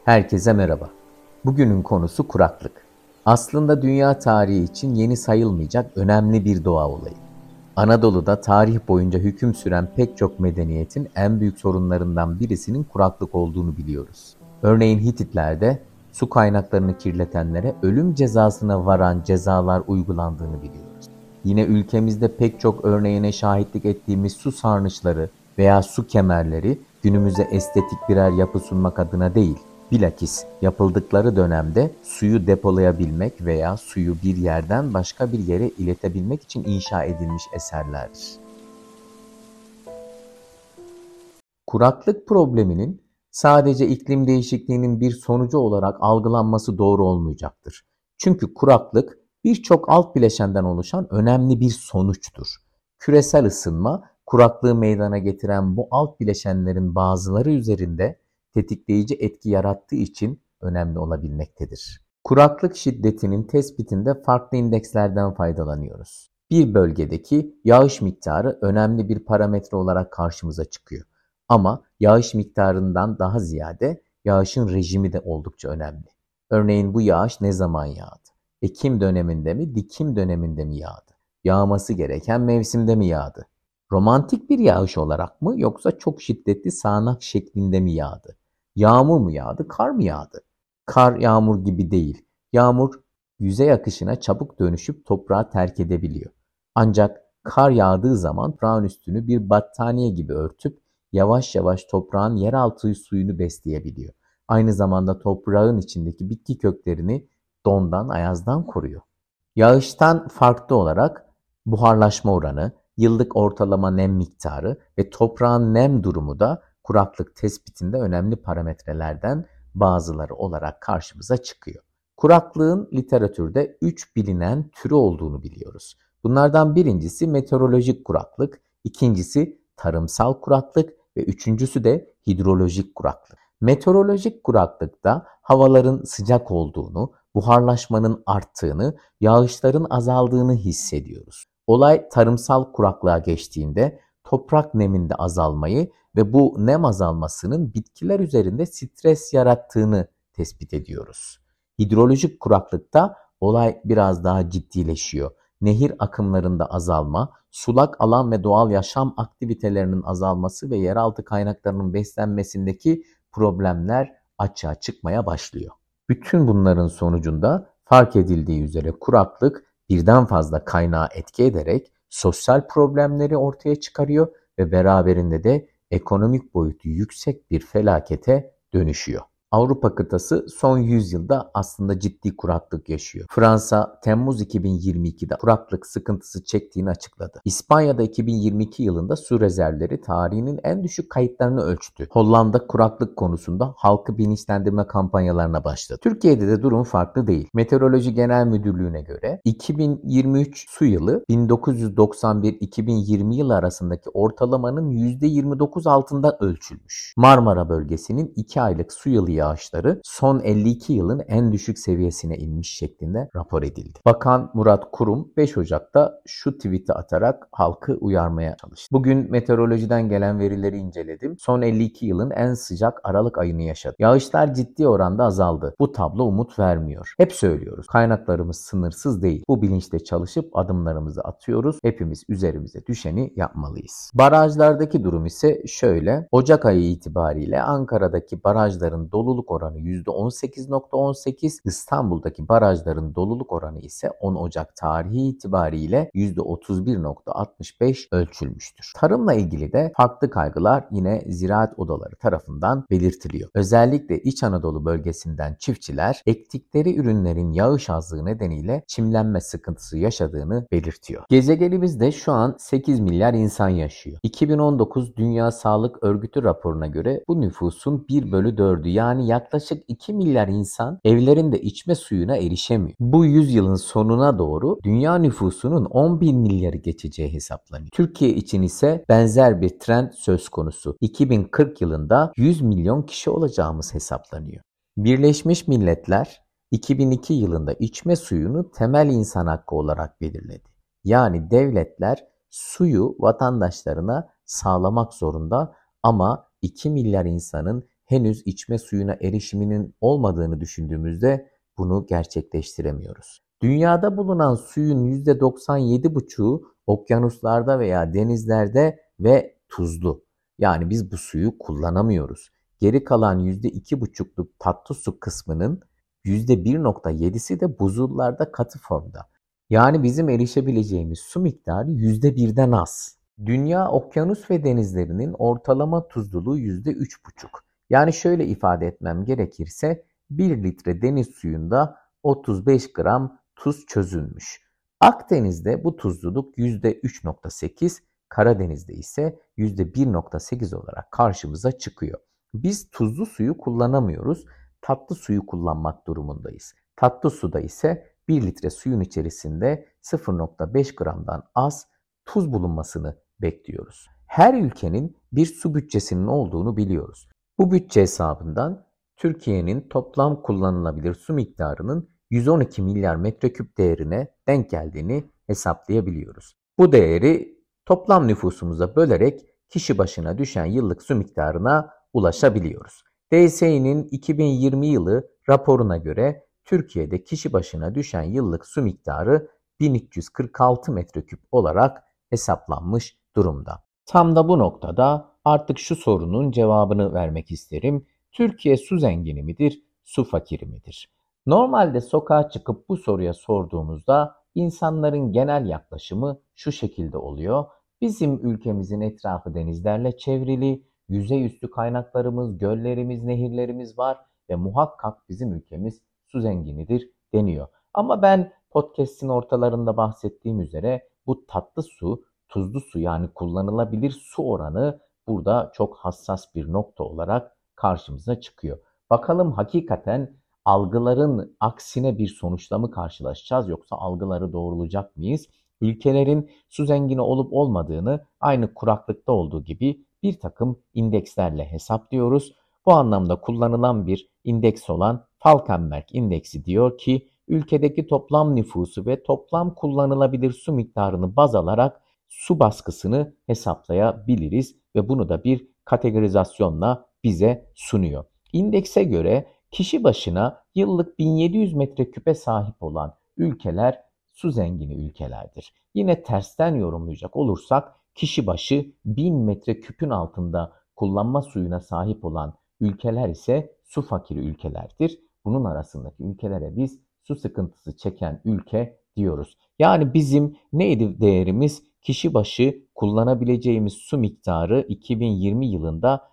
Herkese merhaba. Bugünün konusu kuraklık. Aslında dünya tarihi için yeni sayılmayacak önemli bir doğa olayı. Anadolu'da tarih boyunca hüküm süren pek çok medeniyetin en büyük sorunlarından birisinin kuraklık olduğunu biliyoruz. Örneğin Hititlerde su kaynaklarını kirletenlere ölüm cezasına varan cezalar uygulandığını biliyoruz. Yine ülkemizde pek çok örneğine şahitlik ettiğimiz su sarnıçları veya su kemerleri günümüze estetik birer yapı sunmak adına değil, bilakis yapıldıkları dönemde suyu depolayabilmek veya suyu bir yerden başka bir yere iletebilmek için inşa edilmiş eserlerdir. Kuraklık probleminin sadece iklim değişikliğinin bir sonucu olarak algılanması doğru olmayacaktır. Çünkü kuraklık birçok alt bileşenden oluşan önemli bir sonuçtur. Küresel ısınma, kuraklığı meydana getiren bu alt bileşenlerin bazıları üzerinde tetikleyici etki yarattığı için önemli olabilmektedir. Kuraklık şiddetinin tespitinde farklı indekslerden faydalanıyoruz. Bir bölgedeki yağış miktarı önemli bir parametre olarak karşımıza çıkıyor. Ama yağış miktarından daha ziyade yağışın rejimi de oldukça önemli. Örneğin bu yağış ne zaman yağdı? Ekim döneminde mi, dikim döneminde mi yağdı? Yağması gereken mevsimde mi yağdı? Romantik bir yağış olarak mı yoksa çok şiddetli sağanak şeklinde mi yağdı? Yağmur mu yağdı, kar mı yağdı? Kar yağmur gibi değil. Yağmur yüzey akışına çabuk dönüşüp toprağı terk edebiliyor. Ancak kar yağdığı zaman toprağın üstünü bir battaniye gibi örtüp yavaş yavaş toprağın yeraltı suyunu besleyebiliyor. Aynı zamanda toprağın içindeki bitki köklerini dondan, ayazdan koruyor. Yağıştan farklı olarak buharlaşma oranı, yıllık ortalama nem miktarı ve toprağın nem durumu da kuraklık tespitinde önemli parametrelerden bazıları olarak karşımıza çıkıyor. Kuraklığın literatürde 3 bilinen türü olduğunu biliyoruz. Bunlardan birincisi meteorolojik kuraklık, ikincisi tarımsal kuraklık ve üçüncüsü de hidrolojik kuraklık. Meteorolojik kuraklıkta havaların sıcak olduğunu, buharlaşmanın arttığını, yağışların azaldığını hissediyoruz. Olay tarımsal kuraklığa geçtiğinde toprak neminde azalmayı ve bu nem azalmasının bitkiler üzerinde stres yarattığını tespit ediyoruz. Hidrolojik kuraklıkta olay biraz daha ciddileşiyor. Nehir akımlarında azalma, sulak alan ve doğal yaşam aktivitelerinin azalması ve yeraltı kaynaklarının beslenmesindeki problemler açığa çıkmaya başlıyor. Bütün bunların sonucunda fark edildiği üzere kuraklık birden fazla kaynağı etki ederek sosyal problemleri ortaya çıkarıyor ve beraberinde de ekonomik boyutu yüksek bir felakete dönüşüyor. Avrupa kıtası son 100 yılda aslında ciddi kuraklık yaşıyor. Fransa Temmuz 2022'de kuraklık sıkıntısı çektiğini açıkladı. İspanya'da 2022 yılında su rezervleri tarihinin en düşük kayıtlarını ölçtü. Hollanda kuraklık konusunda halkı bilinçlendirme kampanyalarına başladı. Türkiye'de de durum farklı değil. Meteoroloji Genel Müdürlüğü'ne göre 2023 su yılı 1991-2020 yılı arasındaki ortalamanın %29 altında ölçülmüş. Marmara bölgesinin 2 aylık su yılı yağışları son 52 yılın en düşük seviyesine inmiş şeklinde rapor edildi. Bakan Murat Kurum 5 Ocak'ta şu tweet'i atarak halkı uyarmaya çalıştı. Bugün meteorolojiden gelen verileri inceledim. Son 52 yılın en sıcak Aralık ayını yaşadı. Yağışlar ciddi oranda azaldı. Bu tablo umut vermiyor. Hep söylüyoruz. Kaynaklarımız sınırsız değil. Bu bilinçle çalışıp adımlarımızı atıyoruz. Hepimiz üzerimize düşeni yapmalıyız. Barajlardaki durum ise şöyle. Ocak ayı itibariyle Ankara'daki barajların doluluk oranı %18.18, İstanbul'daki barajların doluluk oranı ise 10 Ocak tarihi itibariyle %31.65 ölçülmüştür. Tarımla ilgili de farklı kaygılar yine ziraat odaları tarafından belirtiliyor. Özellikle İç Anadolu bölgesinden çiftçiler ektikleri ürünlerin yağış azlığı nedeniyle çimlenme sıkıntısı yaşadığını belirtiyor. Gezegenimizde şu an 8 milyar insan yaşıyor. 2019 Dünya Sağlık Örgütü raporuna göre bu nüfusun 1/4'ü yani yaklaşık 2 milyar insan evlerinde içme suyuna erişemiyor. Bu yüzyılın sonuna doğru dünya nüfusunun 11 milyarı geçeceği hesaplanıyor. Türkiye için ise benzer bir trend söz konusu. 2040 yılında 100 milyon kişi olacağımız hesaplanıyor. Birleşmiş Milletler 2002 yılında içme suyunu temel insan hakkı olarak belirledi. Yani devletler suyu vatandaşlarına sağlamak zorunda ama 2 milyar insanın henüz içme suyuna erişiminin olmadığını düşündüğümüzde bunu gerçekleştiremiyoruz. Dünyada bulunan suyun %97,5'u okyanuslarda veya denizlerde ve tuzlu. Yani biz bu suyu kullanamıyoruz. Geri kalan %2,5'luk tatlı su kısmının %1,7'si de buzullarda katı formda. Yani bizim erişebileceğimiz su miktarı %1'den az. Dünya okyanus ve denizlerinin ortalama tuzluluğu %3,5. Yani şöyle ifade etmem gerekirse 1 litre deniz suyunda 35 gram tuz çözülmüş. Akdeniz'de bu tuzluluk %3,8, Karadeniz'de ise %1,8 olarak karşımıza çıkıyor. Biz tuzlu suyu kullanamıyoruz, tatlı suyu kullanmak durumundayız. Tatlı suda ise 1 litre suyun içerisinde 0,5 gramdan az tuz bulunmasını bekliyoruz. Her ülkenin bir su bütçesinin olduğunu biliyoruz. Bu bütçe hesabından Türkiye'nin toplam kullanılabilir su miktarının 112 milyar metreküp değerine denk geldiğini hesaplayabiliyoruz. Bu değeri toplam nüfusumuza bölerek kişi başına düşen yıllık su miktarına ulaşabiliyoruz. DSİ'nin 2020 yılı raporuna göre Türkiye'de kişi başına düşen yıllık su miktarı 1346 metreküp olarak hesaplanmış durumda. Tam da bu noktada artık şu sorunun cevabını vermek isterim. Türkiye su zengini midir, su fakiri midir? Normalde sokağa çıkıp bu soruya sorduğumuzda insanların genel yaklaşımı şu şekilde oluyor. Bizim ülkemizin etrafı denizlerle çevrili, yüzeyüstü kaynaklarımız, göllerimiz, nehirlerimiz var ve muhakkak bizim ülkemiz su zenginidir deniyor. Ama ben podcast'in ortalarında bahsettiğim üzere bu tatlı su, tuzlu su yani kullanılabilir su oranı burada çok hassas bir nokta olarak karşımıza çıkıyor. Bakalım hakikaten algıların aksine bir sonuçla mı karşılaşacağız yoksa algıları doğrulayacak mıyız? Ülkelerin su zengini olup olmadığını aynı kuraklıkta olduğu gibi bir takım indekslerle hesaplıyoruz. Bu anlamda kullanılan bir indeks olan Falkenberg indeksi diyor ki ülkedeki toplam nüfusu ve toplam kullanılabilir su miktarını baz alarak su baskısını hesaplayabiliriz ve bunu da bir kategorizasyonla bize sunuyor. İndekse göre kişi başına yıllık 1700 metreküpe sahip olan ülkeler su zengini ülkelerdir. Yine tersten yorumlayacak olursak kişi başı 1000 metreküpün altında kullanma suyuna sahip olan ülkeler ise su fakiri ülkelerdir. Bunun arasındaki ülkelere biz su sıkıntısı çeken ülke diyoruz. Yani bizim neydi değerimiz? Kişi başı kullanabileceğimiz su miktarı 2020 yılında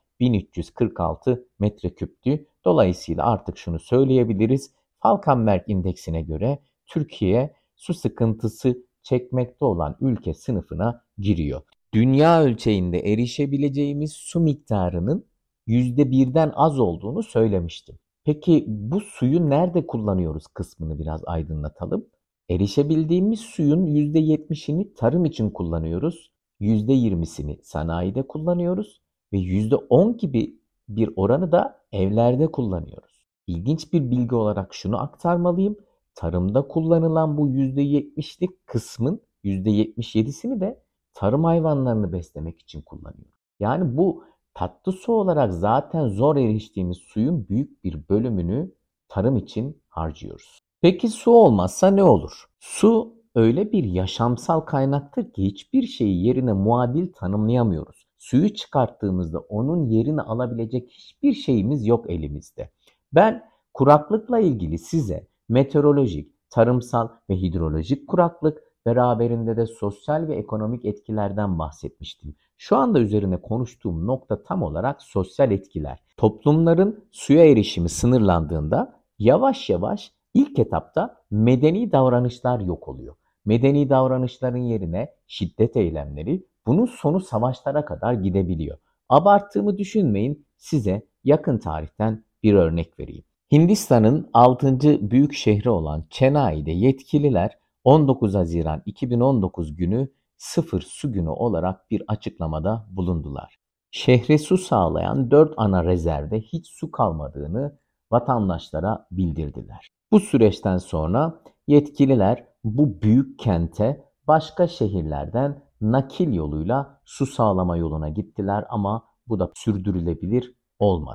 1346 metreküptü. Dolayısıyla artık şunu söyleyebiliriz. Falkenberg indeksine göre Türkiye su sıkıntısı çekmekte olan ülke sınıfına giriyor. Dünya ölçeğinde erişebileceğimiz su miktarının %1'den az olduğunu söylemiştim. Peki bu suyu nerede kullanıyoruz kısmını biraz aydınlatalım. Erişebildiğimiz suyun %70'ini tarım için kullanıyoruz, %20'sini sanayide kullanıyoruz ve %10 gibi bir oranı da evlerde kullanıyoruz. İlginç bir bilgi olarak şunu aktarmalıyım. Tarımda kullanılan bu %70'lik kısmın %77'sini de tarım hayvanlarını beslemek için kullanıyoruz. Yani bu tatlı su olarak zaten zor eriştiğimiz suyun büyük bir bölümünü tarım için harcıyoruz. Peki su olmazsa ne olur? Su öyle bir yaşamsal kaynaktır ki hiçbir şeyi yerine muadil tanımlayamıyoruz. Suyu çıkarttığımızda onun yerini alabilecek hiçbir şeyimiz yok elimizde. Ben kuraklıkla ilgili size meteorolojik, tarımsal ve hidrolojik kuraklık beraberinde de sosyal ve ekonomik etkilerden bahsetmiştim. Şu anda üzerine konuştuğum nokta tam olarak sosyal etkiler. Toplumların suya erişimi sınırlandığında yavaş yavaş ilk etapta medeni davranışlar yok oluyor. Medeni davranışların yerine şiddet eylemleri, bunun sonu savaşlara kadar gidebiliyor. Abarttığımı düşünmeyin, size yakın tarihten bir örnek vereyim. Hindistan'ın 6. büyük şehri olan Chennai'de yetkililer 19 Haziran 2019 günü sıfır su günü olarak bir açıklamada bulundular. Şehre su sağlayan 4 ana rezervde hiç su kalmadığını vatandaşlara bildirdiler. Bu süreçten sonra yetkililer bu büyük kente başka şehirlerden nakil yoluyla su sağlama yoluna gittiler ama bu da sürdürülebilir olmadı.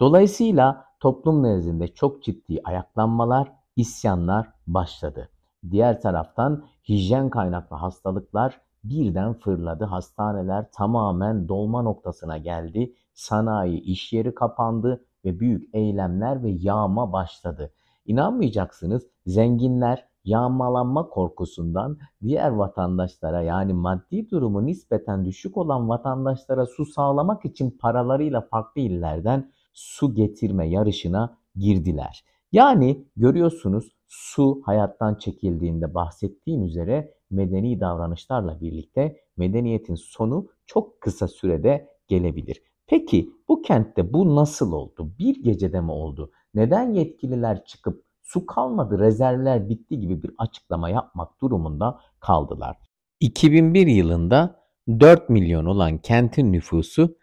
Dolayısıyla toplum nezdinde çok ciddi ayaklanmalar, isyanlar başladı. Diğer taraftan hijyen kaynaklı hastalıklar birden fırladı. Hastaneler tamamen dolma noktasına geldi. Sanayi, iş yeri kapandı ve büyük eylemler ve yağma başladı. İnanmayacaksınız, zenginler yağmalanma korkusundan diğer vatandaşlara, yani maddi durumu nispeten düşük olan vatandaşlara su sağlamak için paralarıyla farklı illerden su getirme yarışına girdiler. Yani görüyorsunuz, su hayattan çekildiğinde bahsettiğim üzere medeni davranışlarla birlikte medeniyetin sonu çok kısa sürede gelebilir. Peki bu kentte bu nasıl oldu? Bir gecede mi oldu? Neden yetkililer çıkıp su kalmadı, rezervler bitti gibi bir açıklama yapmak durumunda kaldılar? 2001 yılında 4 milyon olan kentin nüfusu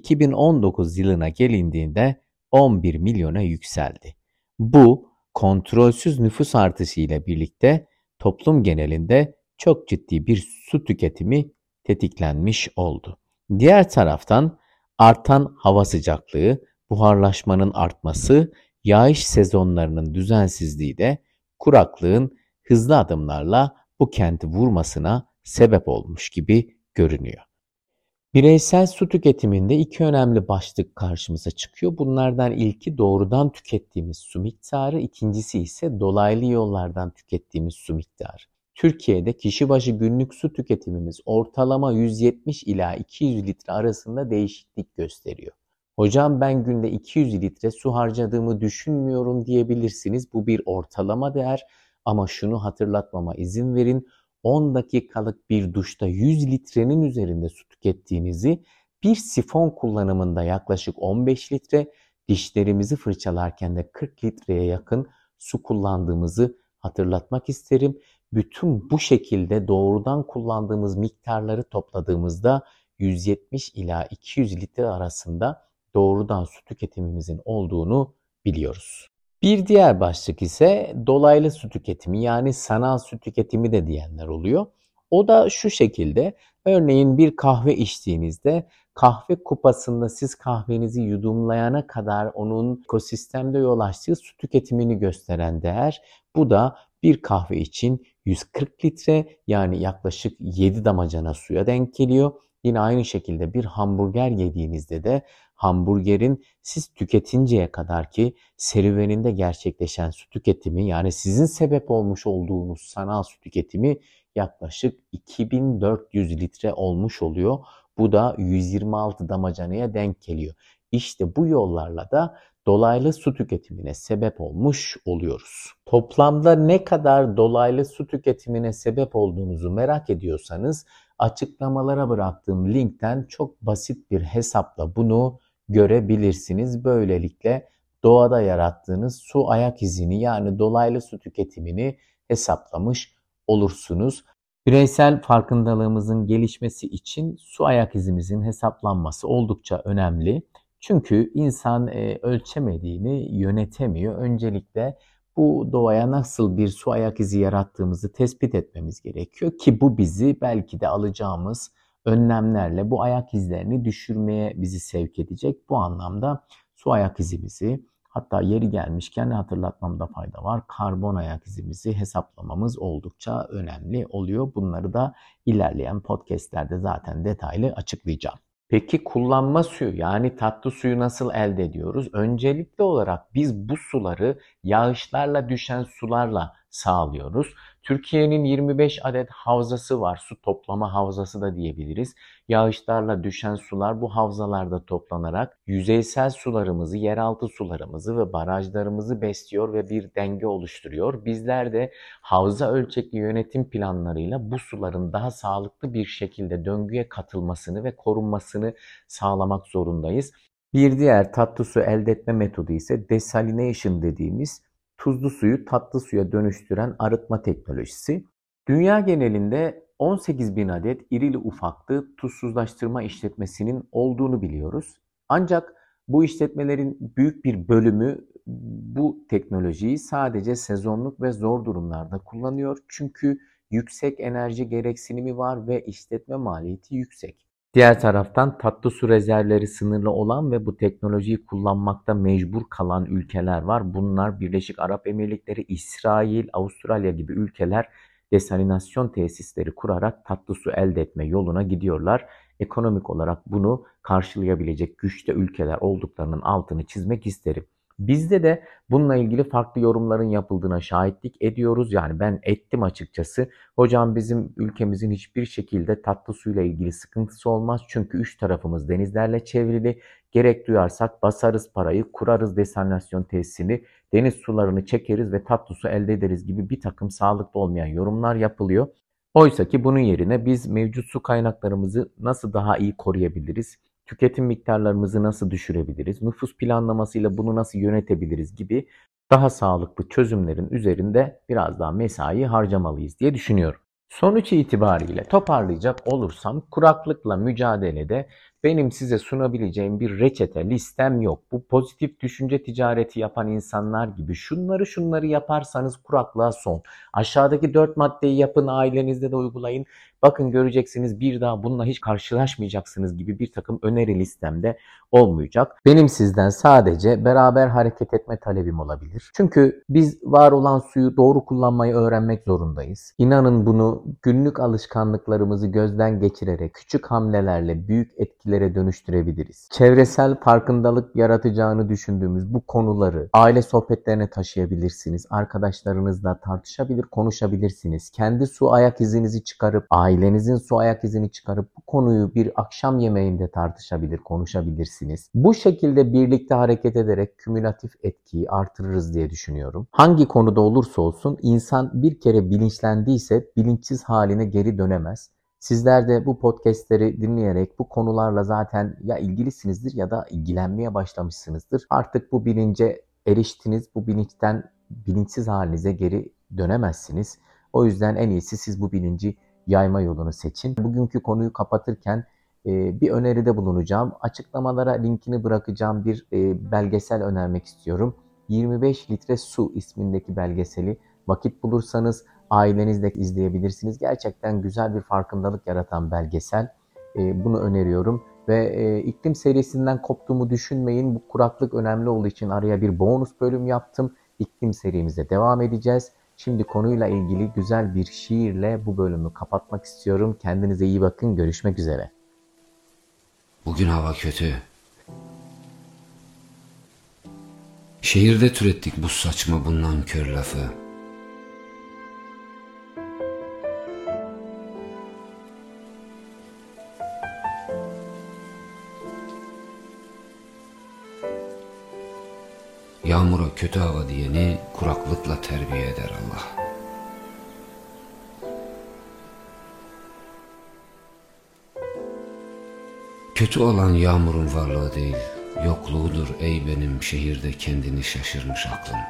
2019 yılına gelindiğinde 11 milyona yükseldi. Bu kontrolsüz nüfus artışı ile birlikte toplum genelinde çok ciddi bir su tüketimi tetiklenmiş oldu. Diğer taraftan artan hava sıcaklığı, buharlaşmanın artması, yağış sezonlarının düzensizliği de kuraklığın hızlı adımlarla bu kenti vurmasına sebep olmuş gibi görünüyor. Bireysel su tüketiminde iki önemli başlık karşımıza çıkıyor. Bunlardan ilki doğrudan tükettiğimiz su miktarı, ikincisi ise dolaylı yollardan tükettiğimiz su miktarı. Türkiye'de kişi başı günlük su tüketimimiz ortalama 170 ila 200 litre arasında değişiklik gösteriyor. Hocam ben günde 200 litre su harcadığımı düşünmüyorum diyebilirsiniz. Bu bir ortalama değer ama şunu hatırlatmama izin verin. 10 dakikalık bir duşta 100 litrenin üzerinde su tükettiğinizi, bir sifon kullanımında yaklaşık 15 litre, dişlerimizi fırçalarken de 40 litreye yakın su kullandığımızı hatırlatmak isterim. Bütün bu şekilde doğrudan kullandığımız miktarları topladığımızda 170 ila 200 litre arasında doğrudan su tüketimimizin olduğunu biliyoruz. Bir diğer başlık ise dolaylı su tüketimi, yani sanal su tüketimi de diyenler oluyor. O da şu şekilde: örneğin bir kahve içtiğinizde kahve kupasında siz kahvenizi yudumlayana kadar onun ekosistemde yol açtığı su tüketimini gösteren değer. Bu da bir kahve için 140 litre, yani yaklaşık 7 damacana suya denk geliyor. Yine aynı şekilde bir hamburger yediğinizde de hamburgerin siz tüketinceye kadar ki serüveninde gerçekleşen su tüketimi, yani sizin sebep olmuş olduğunuz sanal su tüketimi yaklaşık 2400 litre olmuş oluyor. Bu da 126 damacanaya denk geliyor. İşte bu yollarla da dolaylı su tüketimine sebep olmuş oluyoruz. Toplamda ne kadar dolaylı su tüketimine sebep olduğunuzu merak ediyorsanız açıklamalara bıraktığım linkten çok basit bir hesapla bunu görebilirsiniz. Böylelikle doğada yarattığınız su ayak izini, yani dolaylı su tüketimini hesaplamış olursunuz. Bireysel farkındalığımızın gelişmesi için su ayak izimizin hesaplanması oldukça önemli. Çünkü insan ölçemediğini yönetemiyor. Öncelikle bu doğaya nasıl bir su ayak izi yarattığımızı tespit etmemiz gerekiyor ki bu bizi belki de alacağımız önlemlerle bu ayak izlerini düşürmeye bizi sevk edecek. Bu anlamda su ayak izimizi, hatta yeri gelmişken hatırlatmamda fayda var, karbon ayak izimizi hesaplamamız oldukça önemli oluyor. Bunları da ilerleyen podcastlerde zaten detaylı açıklayacağım. Peki kullanma suyu, yani tatlı suyu nasıl elde ediyoruz? Öncelikli olarak biz bu suları yağışlarla düşen sularla sağlıyoruz. Türkiye'nin 25 adet havzası var. Su toplama havzası da diyebiliriz. Yağışlarla düşen sular bu havzalarda toplanarak yüzeysel sularımızı, yeraltı sularımızı ve barajlarımızı besliyor ve bir denge oluşturuyor. Bizler de havza ölçekli yönetim planlarıyla bu suların daha sağlıklı bir şekilde döngüye katılmasını ve korunmasını sağlamak zorundayız. Bir diğer tatlı su elde etme metodu ise desalination dediğimiz tuzlu suyu tatlı suya dönüştüren arıtma teknolojisi. Dünya genelinde 18 bin adet irili ufaklı tuzsuzlaştırma işletmesinin olduğunu biliyoruz. Ancak bu işletmelerin büyük bir bölümü bu teknolojiyi sadece sezonluk ve zor durumlarda kullanıyor. Çünkü yüksek enerji gereksinimi var ve işletme maliyeti yüksek. Diğer taraftan tatlı su rezervleri sınırlı olan ve bu teknolojiyi kullanmakta mecbur kalan ülkeler var. Bunlar Birleşik Arap Emirlikleri, İsrail, Avustralya gibi ülkeler desalinasyon tesisleri kurarak tatlı su elde etme yoluna gidiyorlar. Ekonomik olarak bunu karşılayabilecek güçte ülkeler olduklarının altını çizmek isterim. Bizde de bununla ilgili farklı yorumların yapıldığına şahitlik ediyoruz. Yani ben ettim açıkçası. Hocam bizim ülkemizin hiçbir şekilde tatlı suyla ilgili sıkıntısı olmaz. Çünkü üç tarafımız denizlerle çevrili. Gerek duyarsak basarız parayı, kurarız desalinasyon tesisini, deniz sularını çekeriz ve tatlı su elde ederiz gibi bir takım sağlıklı olmayan yorumlar yapılıyor. Oysa ki bunun yerine biz mevcut su kaynaklarımızı nasıl daha iyi koruyabiliriz? Tüketim miktarlarımızı nasıl düşürebiliriz? Nüfus planlamasıyla bunu nasıl yönetebiliriz gibi daha sağlıklı çözümlerin üzerinde biraz daha mesai harcamalıyız diye düşünüyorum. Sonuç itibariyle toparlayacak olursam kuraklıkla mücadelede benim size sunabileceğim bir reçete listem yok. Bu pozitif düşünce ticareti yapan insanlar gibi şunları yaparsanız kuraklığa son. Aşağıdaki 4 maddeyi yapın, ailenizde de uygulayın. Bakın göreceksiniz bir daha bununla hiç karşılaşmayacaksınız gibi bir takım öneri listemde olmayacak. Benim sizden sadece beraber hareket etme talebim olabilir. Çünkü biz var olan suyu doğru kullanmayı öğrenmek zorundayız. İnanın bunu günlük alışkanlıklarımızı gözden geçirerek küçük hamlelerle büyük etkilere dönüştürebiliriz. Çevresel farkındalık yaratacağını düşündüğümüz bu konuları aile sohbetlerine taşıyabilirsiniz. Arkadaşlarınızla tartışabilir, konuşabilirsiniz. Kendi su ayak izinizi çıkarıp, ailenizin su ayak izini çıkarıp bu konuyu bir akşam yemeğinde tartışabilir, konuşabilirsiniz. Bu şekilde birlikte hareket ederek kümülatif etkiyi artırırız diye düşünüyorum. Hangi konuda olursa olsun insan bir kere bilinçlendiyse bilinçsiz haline geri dönemez. Sizler de bu podcastleri dinleyerek bu konularla zaten ya ilgilisinizdir ya da ilgilenmeye başlamışsınızdır. Artık bu bilince eriştiniz, bu bilinçten bilinçsiz halinize geri dönemezsiniz. O yüzden en iyisi siz bu bilinci yayma yolunu seçin. Bugünkü konuyu kapatırken bir öneride bulunacağım. Açıklamalara linkini bırakacağım bir belgesel önermek istiyorum. 25 litre su ismindeki belgeseli vakit bulursanız ailenizle izleyebilirsiniz. Gerçekten güzel bir farkındalık yaratan belgesel. Bunu öneriyorum. Ve iklim serisinden koptuğumu düşünmeyin. Bu kuraklık önemli olduğu için araya bir bonus bölüm yaptım. İklim serimize devam edeceğiz. Şimdi konuyla ilgili güzel bir şiirle bu bölümü kapatmak istiyorum. Kendinize iyi bakın. Görüşmek üzere. Bugün hava kötü. Şehirde türettik bu saçma bundan kör lafı. Yağmura kötü hava diyeni kuraklıkla terbiye eder Allah. Kötü olan yağmurun varlığı değil, yokluğudur ey benim şehirde kendini şaşırmış aklım.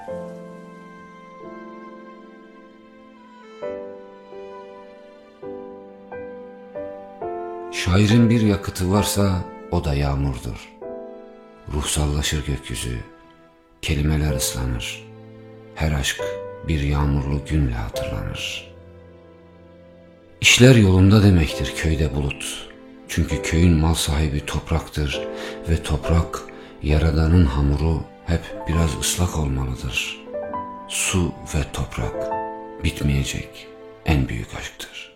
Şairin bir yakıtı varsa o da yağmurdur. Ruhsallaşır gökyüzü, kelimeler ıslanır. Her aşk bir yağmurlu günle hatırlanır. İşler yolunda demektir köyde bulut. Çünkü köyün mal sahibi topraktır ve toprak, Yaradan'ın hamuru hep biraz ıslak olmalıdır. Su ve toprak bitmeyecek en büyük aşktır.